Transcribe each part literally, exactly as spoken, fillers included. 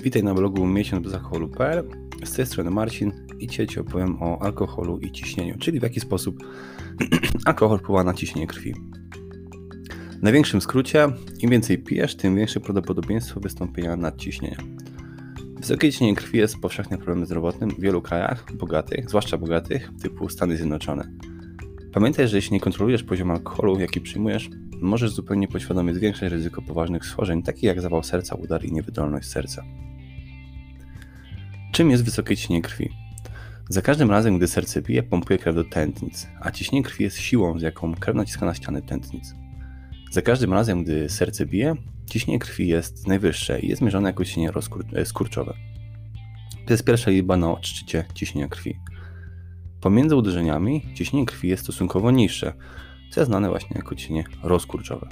Witaj na blogu miesiąc bez alkoholu kropka pe el. Z tej strony Marcin i dzisiaj Ci opowiem o alkoholu i ciśnieniu, czyli w jaki sposób alkohol wpływa na ciśnienie krwi. W największym skrócie, im więcej pijesz, tym większe prawdopodobieństwo wystąpienia nadciśnienia. Wysokie ciśnienie krwi jest powszechnym problemem zdrowotnym w wielu krajach bogatych, zwłaszcza bogatych, typu Stany Zjednoczone. Pamiętaj, że jeśli nie kontrolujesz poziomu alkoholu, jaki przyjmujesz, możesz zupełnie podświadomie zwiększać ryzyko poważnych schorzeń, takich jak zawał serca, udar i niewydolność serca. Czym jest wysokie ciśnienie krwi? Za każdym razem, gdy serce bije, pompuje krew do tętnic, a ciśnienie krwi jest siłą, z jaką krew naciska na ściany tętnic. Za każdym razem, gdy serce bije, ciśnienie krwi jest najwyższe i jest mierzone jako ciśnienie rozkur- skurczowe. To jest pierwsza liczba na szczycie ciśnienia krwi. Pomiędzy uderzeniami ciśnienie krwi jest stosunkowo niższe, co jest znane właśnie jako ciśnienie rozkurczowe.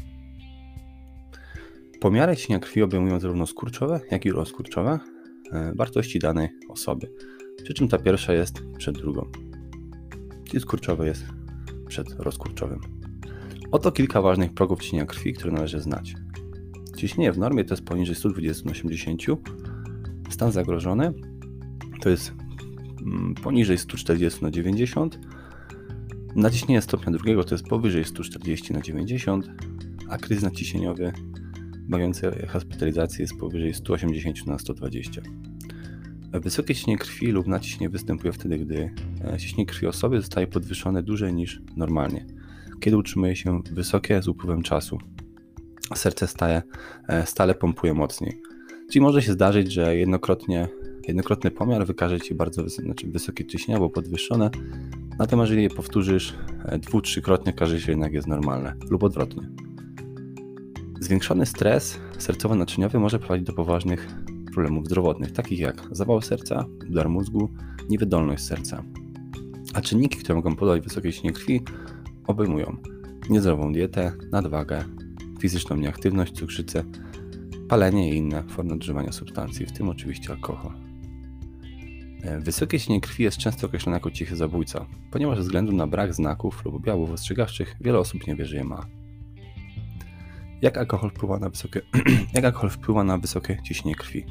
Pomiary ciśnienia krwi obejmują zarówno skurczowe, jak i rozkurczowe wartości danej osoby, przy czym ta pierwsza jest przed drugą, czyli skurczowe jest przed rozkurczowym. Oto kilka ważnych progów ciśnienia krwi, które należy znać. Ciśnienie w normie to jest poniżej sto dwadzieścia na osiemdziesiąt, stan zagrożony to jest poniżej sto czterdzieści na dziewięćdziesiąt, nadciśnienie stopnia drugiego to jest powyżej sto czterdzieści na dziewięćdziesiąt, a kryzys nadciśnieniowy wymagający hospitalizacji jest powyżej sto osiemdziesiąt na sto dwadzieścia. Wysokie ciśnienie krwi lub nadciśnienie występuje wtedy, gdy ciśnienie krwi osoby zostaje podwyższone dłużej niż normalnie, kiedy utrzymuje się wysokie z upływem czasu. Serce staje, stale pompuje mocniej. Czyli może się zdarzyć, że jednokrotnie, jednokrotny pomiar wykaże Ci bardzo wys- znaczy wysokie ciśnienie albo podwyższone, natomiast jeżeli je powtórzysz dwu, trzykrotnie, okaże się, że jednak jest normalne lub odwrotnie. Zwiększony stres sercowo-naczyniowy może prowadzić do poważnych problemów zdrowotnych, takich jak zawał serca, udar mózgu, niewydolność serca. A czynniki, które mogą powodować wysokie ciśnienie krwi, obejmują niezdrową dietę, nadwagę, fizyczną nieaktywność, cukrzycę, palenie i inne formy używania substancji, w tym oczywiście alkohol. Wysokie ciśnienie krwi jest często określone jako cichy zabójca, ponieważ ze względu na brak znaków lub objawów ostrzegawczych wiele osób nie wie, że je ma. Jak alkohol wpływa na wysokie, jak alkohol wpływa na wysokie ciśnienie krwi?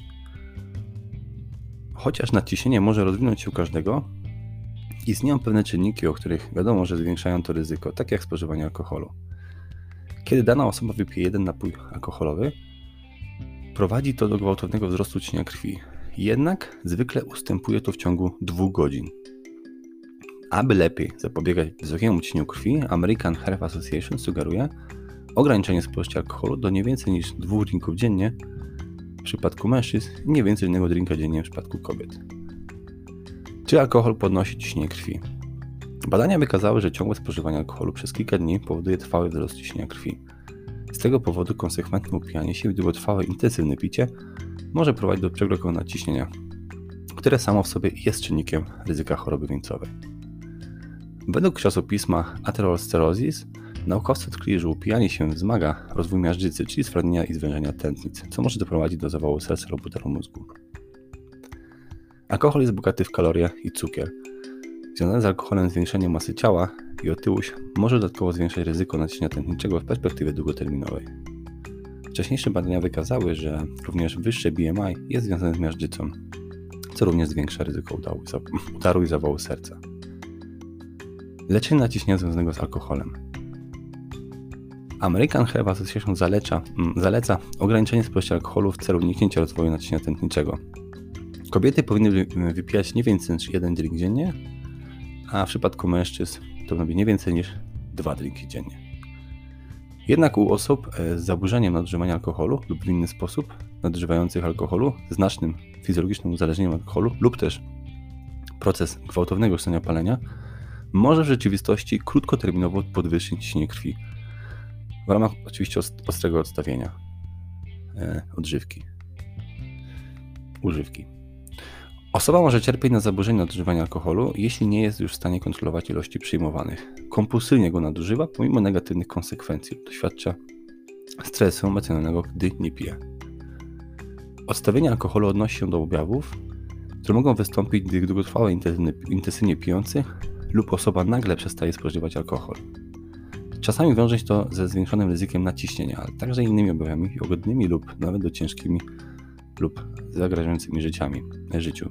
Chociaż nadciśnienie może rozwinąć się u każdego, istnieją pewne czynniki, o których wiadomo, że zwiększają to ryzyko, tak jak spożywanie alkoholu. Kiedy dana osoba wypije jeden napój alkoholowy, prowadzi to do gwałtownego wzrostu ciśnienia krwi. Jednak zwykle ustępuje to w ciągu dwóch godzin. Aby lepiej zapobiegać wysokiemu ciśnieniu krwi, American Heart Association sugeruje ograniczenie spożycia alkoholu do nie więcej niż dwóch drinków dziennie w przypadku mężczyzn i nie więcej jednego drinka dziennie w przypadku kobiet. Czy alkohol podnosi ciśnienie krwi? Badania wykazały, że ciągłe spożywanie alkoholu przez kilka dni powoduje trwały wzrost ciśnienia krwi. Z tego powodu konsekwentne upijanie się i długotrwałe intensywne picie może prowadzić do przewlekłego nadciśnienia, które samo w sobie jest czynnikiem ryzyka choroby wieńcowej. Według czasopisma Atherosclerosis naukowcy odkryli, że upijanie się wzmaga rozwój miażdżycy, czyli sprawnienia i zwężenia tętnic, co może doprowadzić do zawału serca lub udaru mózgu. Alkohol jest bogaty w kalorie i cukier. Związane z alkoholem zwiększenie masy ciała i otyłość może dodatkowo zwiększać ryzyko nadciśnienia tętniczego w perspektywie długoterminowej. Wcześniejsze badania wykazały, że również wyższe B M I jest związane z miażdżycą, co również zwiększa ryzyko udaru i zawału serca. Leczenie nadciśnienia związanego z alkoholem. American Heart Association zaleca, zaleca ograniczenie spożycia alkoholu w celu uniknięcia rozwoju nadciśnienia tętniczego. Kobiety powinny wypijać nie więcej niż jeden drink dziennie, a w przypadku mężczyzn to powinno być nie więcej niż dwa drinki dziennie. Jednak u osób z zaburzeniem nadużywania alkoholu lub w inny sposób nadużywających alkoholu, z znacznym fizjologicznym uzależnieniem od alkoholu lub też proces gwałtownego stania palenia może w rzeczywistości krótkoterminowo podwyższyć ciśnienie krwi w ramach oczywiście ostrego odstawienia e, odżywki, używki. Osoba może cierpieć na zaburzenie nadużywania alkoholu, jeśli nie jest już w stanie kontrolować ilości przyjmowanych. Kompulsywnie go nadużywa, pomimo negatywnych konsekwencji. Doświadcza stresu emocjonalnego, gdy nie pije. Odstawienie alkoholu odnosi się do objawów, które mogą wystąpić, gdy długotrwale intensywnie pijący lub osoba nagle przestaje spożywać alkohol. Czasami wiąże się to ze zwiększonym ryzykiem nadciśnienia, ale także innymi objawami łagodnymi lub nawet do ciężkimi lub zagrażającymi życiami, życiu.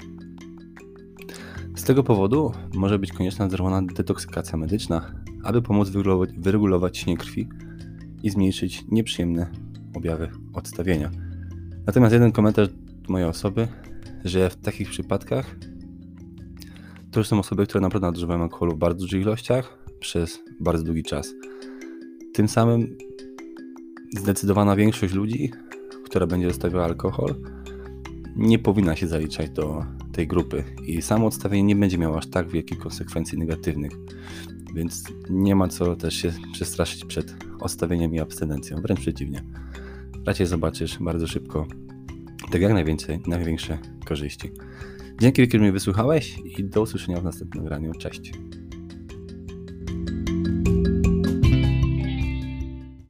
Z tego powodu może być konieczna nadzorowana detoksykacja medyczna, aby pomóc wyregulować, wyregulować ciśnienie krwi i zmniejszyć nieprzyjemne objawy odstawienia. Natomiast jeden komentarz mojej osoby, że w takich przypadkach to już są osoby, które naprawdę nadużywają alkoholu w bardzo dużych ilościach przez bardzo długi czas. Tym samym zdecydowana większość ludzi, która będzie odstawiała alkohol, nie powinna się zaliczać do tej grupy i samo odstawienie nie będzie miało aż tak wielkich konsekwencji negatywnych, więc nie ma co też się przestraszyć przed odstawieniem i abstynencją, wręcz przeciwnie. Raczej zobaczysz bardzo szybko tak jak najwięcej, największe korzyści. Dzięki wielkie, że mnie wysłuchałeś i do usłyszenia w następnym nagraniu. Cześć.